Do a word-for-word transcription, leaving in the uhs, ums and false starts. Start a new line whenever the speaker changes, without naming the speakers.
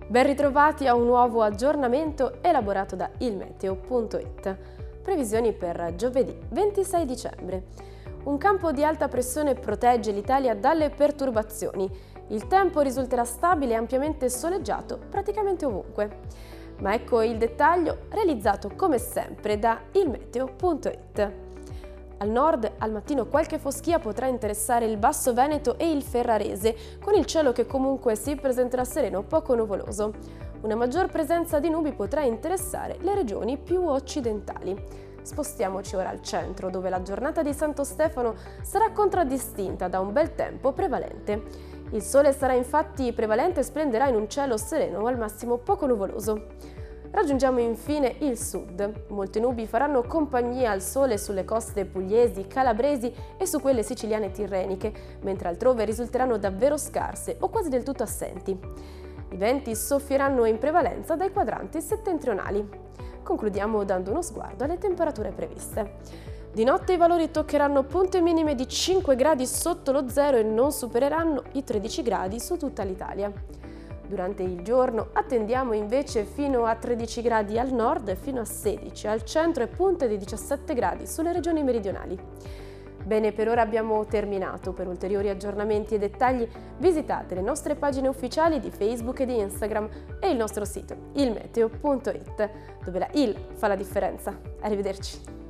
Ben ritrovati a un nuovo aggiornamento elaborato da ilmeteo punto it. Previsioni per giovedì ventisei dicembre. Un campo di alta pressione protegge l'Italia dalle perturbazioni. Il tempo risulterà stabile e ampiamente soleggiato praticamente ovunque. Ma ecco il dettaglio realizzato come sempre da ilmeteo punto it. Al nord, al mattino qualche foschia potrà interessare il Basso Veneto e il Ferrarese, con il cielo che comunque si presenterà sereno poco nuvoloso. Una maggior presenza di nubi potrà interessare le regioni più occidentali. Spostiamoci ora al centro, dove la giornata di Santo Stefano sarà contraddistinta da un bel tempo prevalente. Il sole sarà infatti prevalente e splenderà in un cielo sereno o al massimo poco nuvoloso. Raggiungiamo infine il sud. Molte nubi faranno compagnia al sole sulle coste pugliesi, calabresi e su quelle siciliane e tirreniche, mentre altrove risulteranno davvero scarse o quasi del tutto assenti. I venti soffieranno in prevalenza dai quadranti settentrionali. Concludiamo dando uno sguardo alle temperature previste. Di notte i valori toccheranno punte minime di cinque gradi sotto lo zero e non supereranno i tredici gradi su tutta l'Italia. Durante il giorno attendiamo invece fino a tredici gradi al nord e fino a sedici al centro e punte di diciassette gradi sulle regioni meridionali. Bene, per ora abbiamo terminato. Per ulteriori aggiornamenti e dettagli visitate le nostre pagine ufficiali di Facebook e di Instagram e il nostro sito ilmeteo punto it, dove la il fa la differenza. Arrivederci!